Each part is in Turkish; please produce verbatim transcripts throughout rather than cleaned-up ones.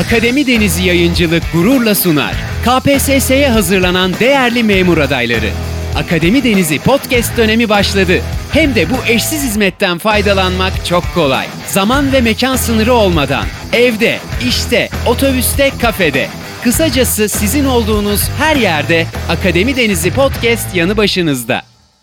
Akademi Denizi Yayıncılık gururla sunar. K P S S'ye hazırlanan değerli memur adayları. Akademi Denizi podcast dönemi başladı. Hem de bu eşsiz hizmetten faydalanmak çok kolay. Zaman ve mekan sınırı olmadan. Evde, işte, otobüste, kafede. Kısacası sizin olduğunuz her yerde Akademi Denizi podcast yanı başınızda.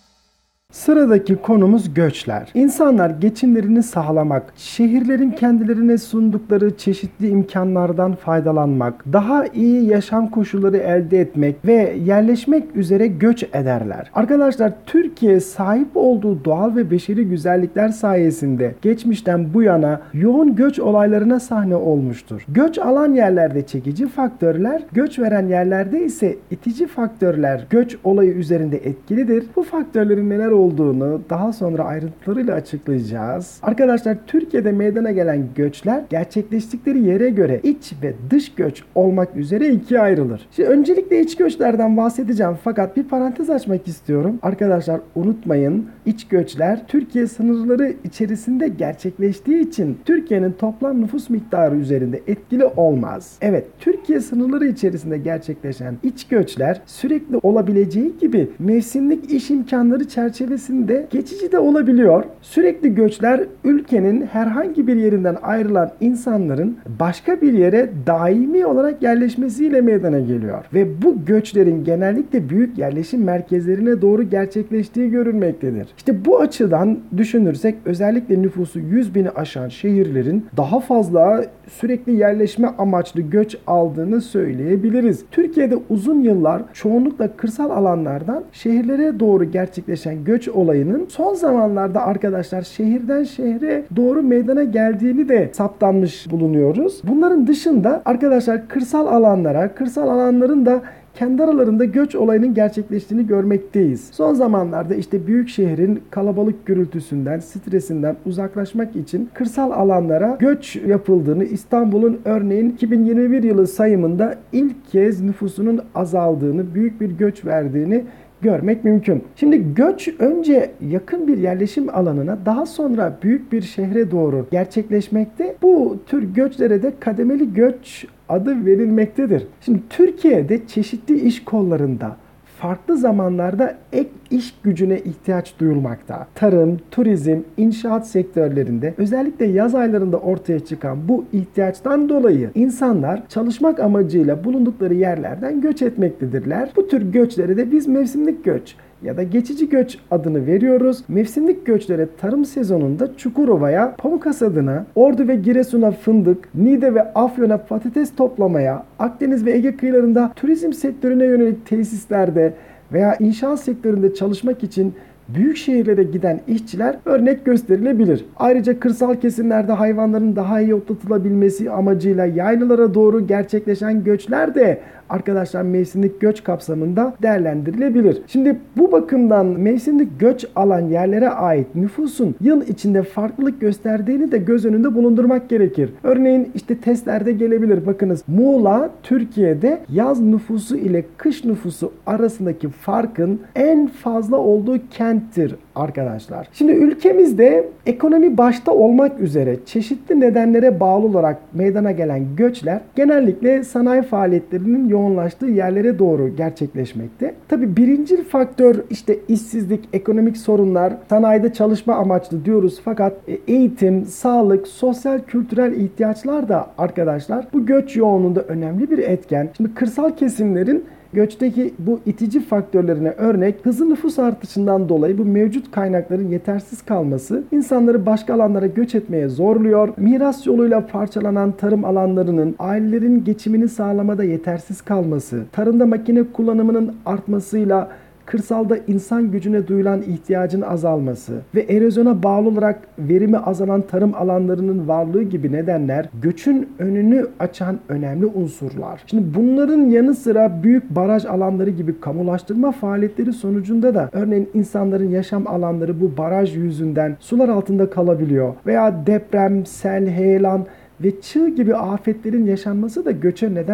Sıradaki konumuz göçler. İnsanlar geçimlerini sağlamak, şehirlerin kendilerine sundukları çeşitli imkanlardan faydalanmak, daha iyi yaşam koşulları elde etmek ve yerleşmek üzere göç ederler. Arkadaşlar, Türkiye sahip olduğu doğal ve beşeri güzellikler sayesinde geçmişten bu yana yoğun göç olaylarına sahne olmuştur. Göç alan yerlerde çekici faktörler, göç veren yerlerde ise itici faktörler göç olayı üzerinde etkilidir. Bu faktörlerin neler olduğunu daha sonra ayrıntılarıyla açıklayacağız. Arkadaşlar, Türkiye'de meydana gelen göçler gerçekleştikleri yere göre iç ve dış göç olmak üzere ikiye ayrılır. Şimdi öncelikle iç göçlerden bahsedeceğim, fakat bir parantez açmak istiyorum. Arkadaşlar, unutmayın, iç göçler Türkiye sınırları içerisinde gerçekleştiği için Türkiye'nin toplam nüfus miktarı üzerinde etkili olmaz. Evet, Türkiye sınırları içerisinde gerçekleşen iç göçler sürekli olabileceği gibi mevsimlik iş imkanları çerçevesinde geçici de olabiliyor. Sürekli göçler ülkenin herhangi bir yerinden ayrılan insanların başka bir yere daimi olarak yerleşmesiyle meydana geliyor. Ve bu göçlerin genellikle büyük yerleşim merkezlerine doğru gerçekleştiği görülmektedir. İşte bu açıdan düşünürsek özellikle nüfusu yüz bini aşan şehirlerin daha fazla sürekli yerleşme amaçlı göç aldığını söyleyebiliriz. Türkiye'de uzun yıllar çoğunlukla kırsal alanlardan şehirlere doğru gerçekleşen göç olayının son zamanlarda arkadaşlar şehirden şehre doğru meydana geldiğini de saptanmış bulunuyoruz. Bunların dışında arkadaşlar kırsal alanlara, kırsal alanların da kendi aralarında göç olayının gerçekleştiğini görmekteyiz. Son zamanlarda işte büyük şehrin kalabalık gürültüsünden, stresinden uzaklaşmak için kırsal alanlara göç yapıldığını, İstanbul'un örneğin iki bin yirmi bir yılı sayımında ilk kez nüfusunun azaldığını, büyük bir göç verdiğini görmek mümkün. Şimdi göç önce yakın bir yerleşim alanına, daha sonra büyük bir şehre doğru gerçekleşmekte. Bu tür göçlere de kademeli göç adı verilmektedir. Şimdi Türkiye'de çeşitli iş kollarında farklı zamanlarda ek iş gücüne ihtiyaç duyulmakta. Tarım, turizm, inşaat sektörlerinde özellikle yaz aylarında ortaya çıkan bu ihtiyaçtan dolayı insanlar çalışmak amacıyla bulundukları yerlerden göç etmektedirler. Bu tür göçlere de biz mevsimlik göç ya da geçici göç adını veriyoruz. Mevsimlik göçlere tarım sezonunda Çukurova'ya pamuk hasadına, Ordu ve Giresun'a fındık, Niğde ve Afyon'a patates toplamaya, Akdeniz ve Ege kıyılarında turizm sektörüne yönelik tesislerde veya inşaat sektöründe çalışmak için büyük şehirlere giden işçiler örnek gösterilebilir. Ayrıca kırsal kesimlerde hayvanların daha iyi otlatılabilmesi amacıyla yaylalara doğru gerçekleşen göçler de arkadaşlar mevsimlik göç kapsamında değerlendirilebilir. Şimdi bu bakımdan mevsimlik göç alan yerlere ait nüfusun yıl içinde farklılık gösterdiğini de göz önünde bulundurmak gerekir. Örneğin işte testlerde gelebilir. Bakınız, Muğla Türkiye'de yaz nüfusu ile kış nüfusu arasındaki farkın en fazla olduğu kenttir arkadaşlar. Şimdi ülkemizde ekonomi başta olmak üzere çeşitli nedenlere bağlı olarak meydana gelen göçler genellikle sanayi faaliyetlerinin yoğunlaştığı yerlere doğru gerçekleşmekte. Tabii birinci faktör işte işsizlik, ekonomik sorunlar, sanayide çalışma amaçlı diyoruz, fakat eğitim, sağlık, sosyal kültürel ihtiyaçlar da arkadaşlar bu göç yoğunluğunda önemli bir etken. Şimdi kırsal kesimlerin göçteki bu itici faktörlerine örnek hızlı nüfus artışından dolayı bu mevcut kaynakların yetersiz kalması insanları başka alanlara göç etmeye zorluyor. Miras yoluyla parçalanan tarım alanlarının ailelerin geçimini sağlamada yetersiz kalması, tarımda makine kullanımının artmasıyla kırsalda insan gücüne duyulan ihtiyacın azalması ve erozyona bağlı olarak verimi azalan tarım alanlarının varlığı gibi nedenler göçün önünü açan önemli unsurlar. Şimdi bunların yanı sıra büyük baraj alanları gibi kamulaştırma faaliyetleri sonucunda da örneğin insanların yaşam alanları bu baraj yüzünden sular altında kalabiliyor veya deprem, sel, heyelan ve çığ gibi afetlerin yaşanması da göçe neden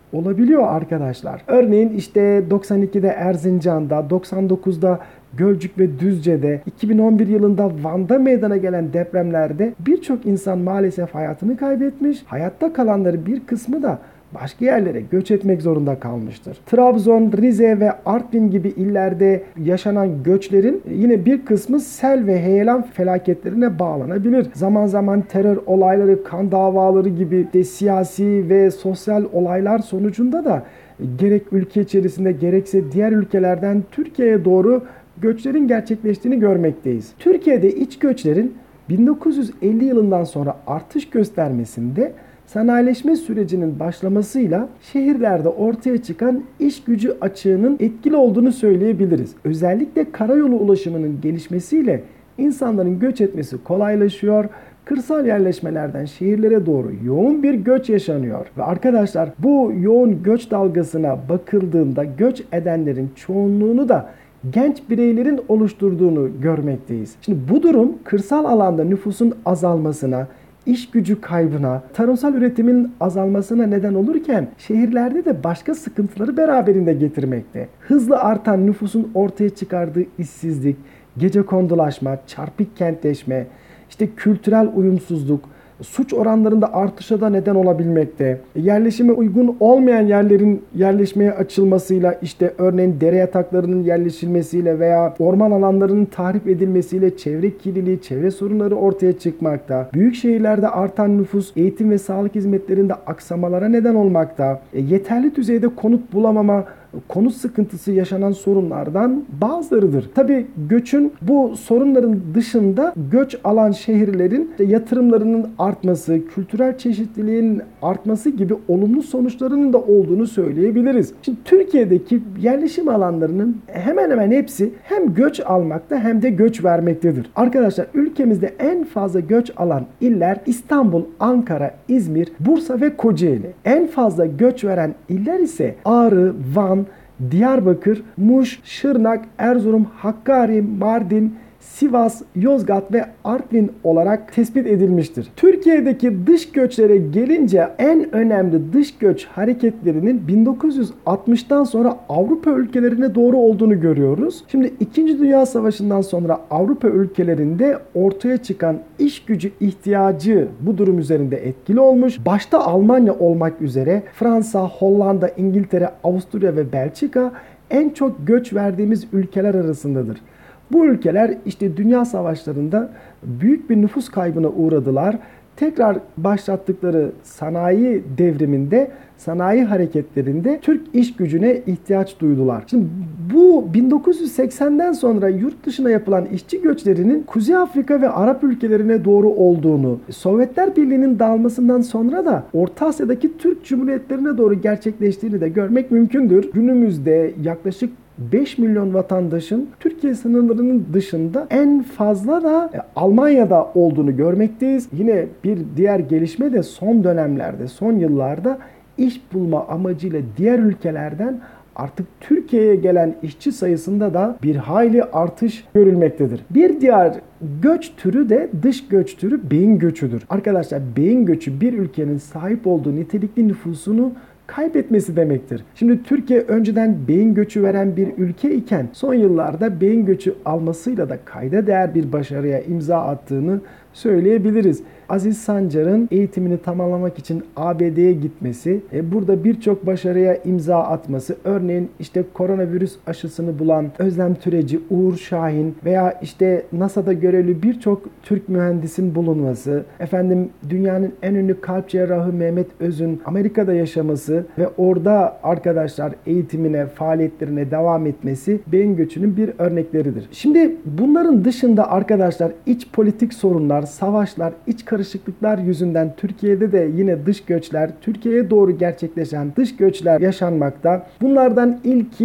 olabiliyor arkadaşlar. Örneğin işte doksan ikide Erzincan'da, doksan dokuzda Gölcük ve Düzce'de, iki bin on bir yılında Van'da meydana gelen depremlerde birçok insan maalesef hayatını kaybetmiş. Hayatta kalanların bir kısmı da başka yerlere göç etmek zorunda kalmıştır. Trabzon, Rize ve Artvin gibi illerde yaşanan göçlerin yine bir kısmı sel ve heyelan felaketlerine bağlanabilir. Zaman zaman terör olayları, kan davaları gibi de siyasi ve sosyal olaylar sonucunda da gerek ülke içerisinde gerekse diğer ülkelerden Türkiye'ye doğru göçlerin gerçekleştiğini görmekteyiz. Türkiye'de iç göçlerin bin dokuz yüz elli yılından sonra artış göstermesinde sanayileşme sürecinin başlamasıyla şehirlerde ortaya çıkan iş gücü açığının etkili olduğunu söyleyebiliriz. Özellikle karayolu ulaşımının gelişmesiyle insanların göç etmesi kolaylaşıyor. Kırsal yerleşmelerden şehirlere doğru yoğun bir göç yaşanıyor. Ve arkadaşlar bu yoğun göç dalgasına bakıldığında göç edenlerin çoğunluğunu da genç bireylerin oluşturduğunu görmekteyiz. Şimdi bu durum kırsal alanda nüfusun azalmasına, iş gücü kaybına, tarımsal üretimin azalmasına neden olurken şehirlerde de başka sıkıntıları beraberinde getirmekte. Hızlı artan nüfusun ortaya çıkardığı işsizlik, gecekondulaşma, çarpık kentleşme, işte kültürel uyumsuzluk, suç oranlarında artışa da neden olabilmekte. Yerleşime uygun olmayan yerlerin yerleşmeye açılmasıyla, işte örneğin dere yataklarının yerleşilmesiyle veya orman alanlarının tahrip edilmesiyle çevre kirliliği, çevre sorunları ortaya çıkmakta. Büyük şehirlerde artan nüfus eğitim ve sağlık hizmetlerinde aksamalara neden olmakta. E, yeterli düzeyde konut bulamama, konut sıkıntısı yaşanan sorunlardan bazılarıdır. Tabii göçün bu sorunların dışında göç alan şehirlerin yatırımlarının artması, kültürel çeşitliliğin artması gibi olumlu sonuçlarının da olduğunu söyleyebiliriz. Şimdi Türkiye'deki yerleşim alanlarının hemen hemen hepsi hem göç almakta hem de göç vermektedir. Arkadaşlar ülkemizde en fazla göç alan iller İstanbul, Ankara, İzmir, Bursa ve Kocaeli. En fazla göç veren iller ise Ağrı, Van, Diyarbakır, Muş, Şırnak, Erzurum, Hakkari, Mardin, Sivas, Yozgat ve Artvin olarak tespit edilmiştir. Türkiye'deki dış göçlere gelince en önemli dış göç hareketlerinin bin dokuz yüz altmıştan sonra Avrupa ülkelerine doğru olduğunu görüyoruz. Şimdi İkinci Dünya Savaşı'ndan sonra Avrupa ülkelerinde ortaya çıkan iş gücü ihtiyacı bu durum üzerinde etkili olmuş. Başta Almanya olmak üzere Fransa, Hollanda, İngiltere, Avusturya ve Belçika en çok göç verdiğimiz ülkeler arasındadır. Bu ülkeler işte dünya savaşlarında büyük bir nüfus kaybına uğradılar. Tekrar başlattıkları sanayi devriminde, sanayi hareketlerinde Türk iş gücüne ihtiyaç duydular. Şimdi bu bin dokuz yüz seksenden sonra yurt dışına yapılan işçi göçlerinin Kuzey Afrika ve Arap ülkelerine doğru olduğunu, Sovyetler Birliği'nin dağılmasından sonra da Orta Asya'daki Türk Cumhuriyetlerine doğru gerçekleştiğini de görmek mümkündür. Günümüzde yaklaşık beş milyon vatandaşın Türkiye sınırlarının dışında en fazla da Almanya'da olduğunu görmekteyiz. Yine bir diğer gelişme de son dönemlerde, son yıllarda iş bulma amacıyla diğer ülkelerden artık Türkiye'ye gelen işçi sayısında da bir hayli artış görülmektedir. Bir diğer göç türü de dış göç türü beyin göçüdür. Arkadaşlar beyin göçü bir ülkenin sahip olduğu nitelikli nüfusunu kaybetmesi demektir. Şimdi Türkiye önceden beyin göçü veren bir ülke iken son yıllarda beyin göçü almasıyla da kayda değer bir başarıya imza attığını söyleyebiliriz. Aziz Sancar'ın eğitimini tamamlamak için A B D'ye gitmesi, e, burada birçok başarıya imza atması, örneğin işte koronavirüs aşısını bulan Özlem Türeci, Uğur Şahin veya işte NASA'da görevli birçok Türk mühendisin bulunması, efendim dünyanın en ünlü kalp cerrahı Mehmet Öz'ün Amerika'da yaşaması ve orada arkadaşlar eğitimine, faaliyetlerine devam etmesi beyin göçünün bir örnekleridir. Şimdi bunların dışında arkadaşlar iç politik sorunlar, savaşlar, iç karışıklıklar yüzünden Türkiye'de de yine dış göçler, Türkiye'ye doğru gerçekleşen dış göçler yaşanmakta. Bunlardan ilki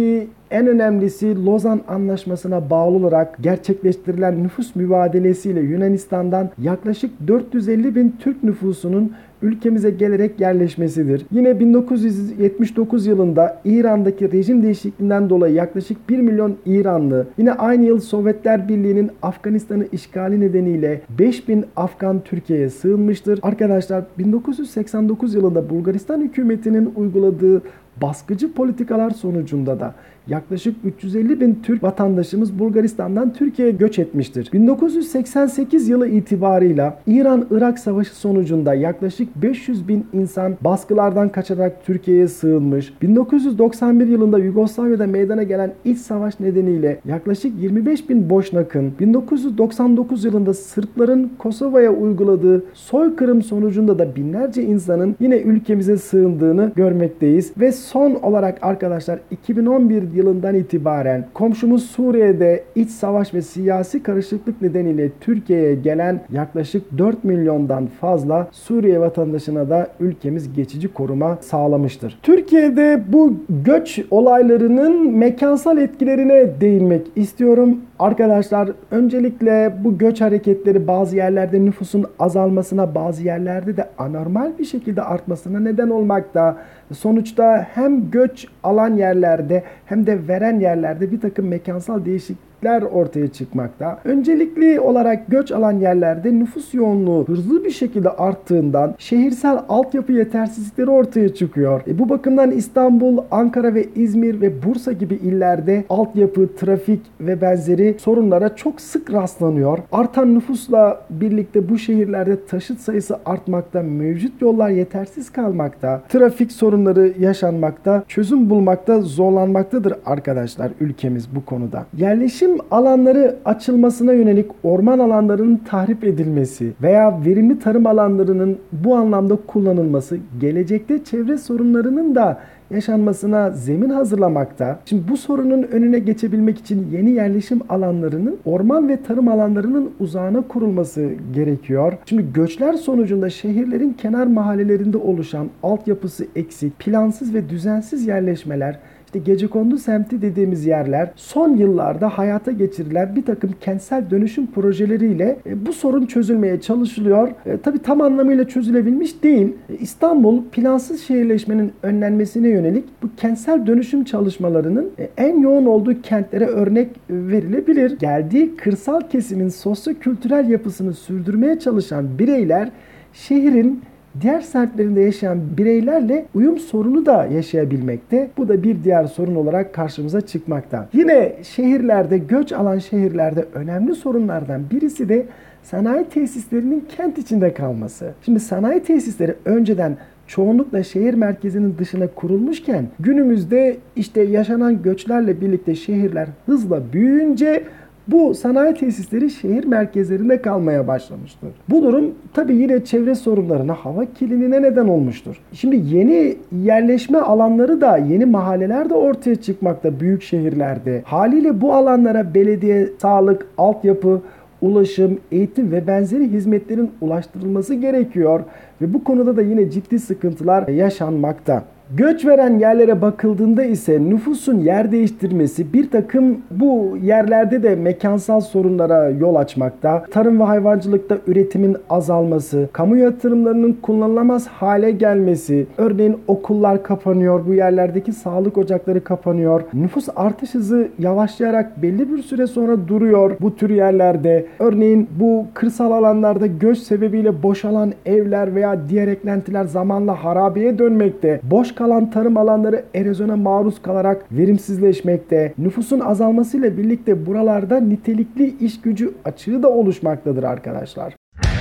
en önemlisi Lozan Anlaşması'na bağlı olarak gerçekleştirilen nüfus mübadelesiyle Yunanistan'dan yaklaşık dört yüz elli bin Türk nüfusunun ülkemize gelerek yerleşmesidir. Yine bin dokuz yüz yetmiş dokuz yılında İran'daki rejim değişikliğinden dolayı yaklaşık bir milyon İranlı, yine aynı yıl Sovyetler Birliği'nin Afganistan'ı işgali nedeniyle beş bin Afgan Türkiye'ye sığınmıştır. Arkadaşlar bin dokuz yüz seksen dokuz yılında Bulgaristan hükümetinin uyguladığı baskıcı politikalar sonucunda da yaklaşık üç yüz elli bin Türk vatandaşımız Bulgaristan'dan Türkiye'ye göç etmiştir. bin dokuz yüz seksen sekiz yılı itibarıyla İran-Irak Savaşı sonucunda yaklaşık beş yüz bin insan baskılardan kaçarak Türkiye'ye sığınmış. bin dokuz yüz doksan bir yılında Yugoslavya'da meydana gelen iç savaş nedeniyle yaklaşık yirmi beş bin Boşnak'ın, bin dokuz yüz doksan dokuz yılında Sırpların Kosova'ya uyguladığı soykırım sonucunda da binlerce insanın yine ülkemize sığındığını görmekteyiz. Ve son olarak arkadaşlar iki bin on bir yılından itibaren komşumuz Suriye'de iç savaş ve siyasi karışıklık nedeniyle Türkiye'ye gelen yaklaşık dört milyondan fazla Suriye vatandaşına da ülkemiz geçici koruma sağlamıştır. Türkiye'de bu göç olaylarının mekansal etkilerine değinmek istiyorum. Arkadaşlar öncelikle bu göç hareketleri bazı yerlerde nüfusun azalmasına, bazı yerlerde de anormal bir şekilde artmasına neden olmakta. Sonuçta hem göç alan yerlerde hem de veren yerlerde bir takım mekansal değişiklikler ortaya çıkmakta. Öncelikli olarak göç alan yerlerde nüfus yoğunluğu hızlı bir şekilde arttığından şehirsel altyapı yetersizlikleri ortaya çıkıyor. E bu bakımdan İstanbul, Ankara ve İzmir ve Bursa gibi illerde altyapı, trafik ve benzeri sorunlara çok sık rastlanıyor. Artan nüfusla birlikte bu şehirlerde taşıt sayısı artmakta, mevcut yollar yetersiz kalmakta, trafik sorunları yaşanmakta, çözüm bulmakta zorlanmaktadır arkadaşlar ülkemiz bu konuda. Yerleşim alanları açılmasına yönelik orman alanlarının tahrip edilmesi veya verimli tarım alanlarının bu anlamda kullanılması gelecekte çevre sorunlarının da yaşanmasına zemin hazırlamakta. Şimdi bu sorunun önüne geçebilmek için yeni yerleşim alanlarının orman ve tarım alanlarının uzağına kurulması gerekiyor. Şimdi göçler sonucunda şehirlerin kenar mahallelerinde oluşan altyapısı eksik, plansız ve düzensiz yerleşmeler, İşte Gecekondu semti dediğimiz yerler son yıllarda hayata geçirilen bir takım kentsel dönüşüm projeleriyle e, bu sorun çözülmeye çalışılıyor. E, tabii tam anlamıyla çözülebilmiş değil. E, İstanbul plansız şehirleşmenin önlenmesine yönelik bu kentsel dönüşüm çalışmalarının e, en yoğun olduğu kentlere örnek verilebilir. Geldiği kırsal kesimin sosyo-kültürel yapısını sürdürmeye çalışan bireyler şehrin diğer semtlerinde yaşayan bireylerle uyum sorunu da yaşayabilmekte. Bu da bir diğer sorun olarak karşımıza çıkmakta. Yine şehirlerde, göç alan şehirlerde önemli sorunlardan birisi de sanayi tesislerinin kent içinde kalması. Şimdi sanayi tesisleri önceden çoğunlukla şehir merkezinin dışına kurulmuşken günümüzde işte yaşanan göçlerle birlikte şehirler hızla büyüyünce bu sanayi tesisleri şehir merkezlerinde kalmaya başlamıştır. Bu durum tabii yine çevre sorunlarına, hava kirliliğine neden olmuştur. Şimdi yeni yerleşme alanları da, yeni mahalleler de ortaya çıkmakta büyük şehirlerde. Haliyle bu alanlara belediye, sağlık, altyapı, ulaşım, eğitim ve benzeri hizmetlerin ulaştırılması gerekiyor ve bu konuda da yine ciddi sıkıntılar yaşanmakta. Göç veren yerlere bakıldığında ise nüfusun yer değiştirmesi bir takım bu yerlerde de mekansal sorunlara yol açmakta. Tarım ve hayvancılıkta üretimin azalması, kamu yatırımlarının kullanılamaz hale gelmesi, örneğin okullar kapanıyor, bu yerlerdeki sağlık ocakları kapanıyor. Nüfus artış hızı yavaşlayarak belli bir süre sonra duruyor bu tür yerlerde. Örneğin bu kırsal alanlarda göç sebebiyle boşalan evler veya diğer eklentiler zamanla harabeye dönmekte. Boş kalan tarım alanları erozyona maruz kalarak verimsizleşmekte. Nüfusun azalmasıyla birlikte buralarda nitelikli iş gücü açığı da oluşmaktadır arkadaşlar.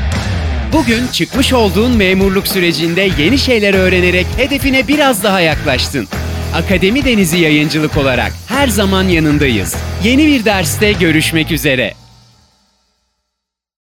Bugün çıkmış olduğun memurluk sürecinde yeni şeyler öğrenerek hedefine biraz daha yaklaştın. Akademi Denizi Yayıncılık olarak her zaman yanındayız. Yeni bir derste görüşmek üzere.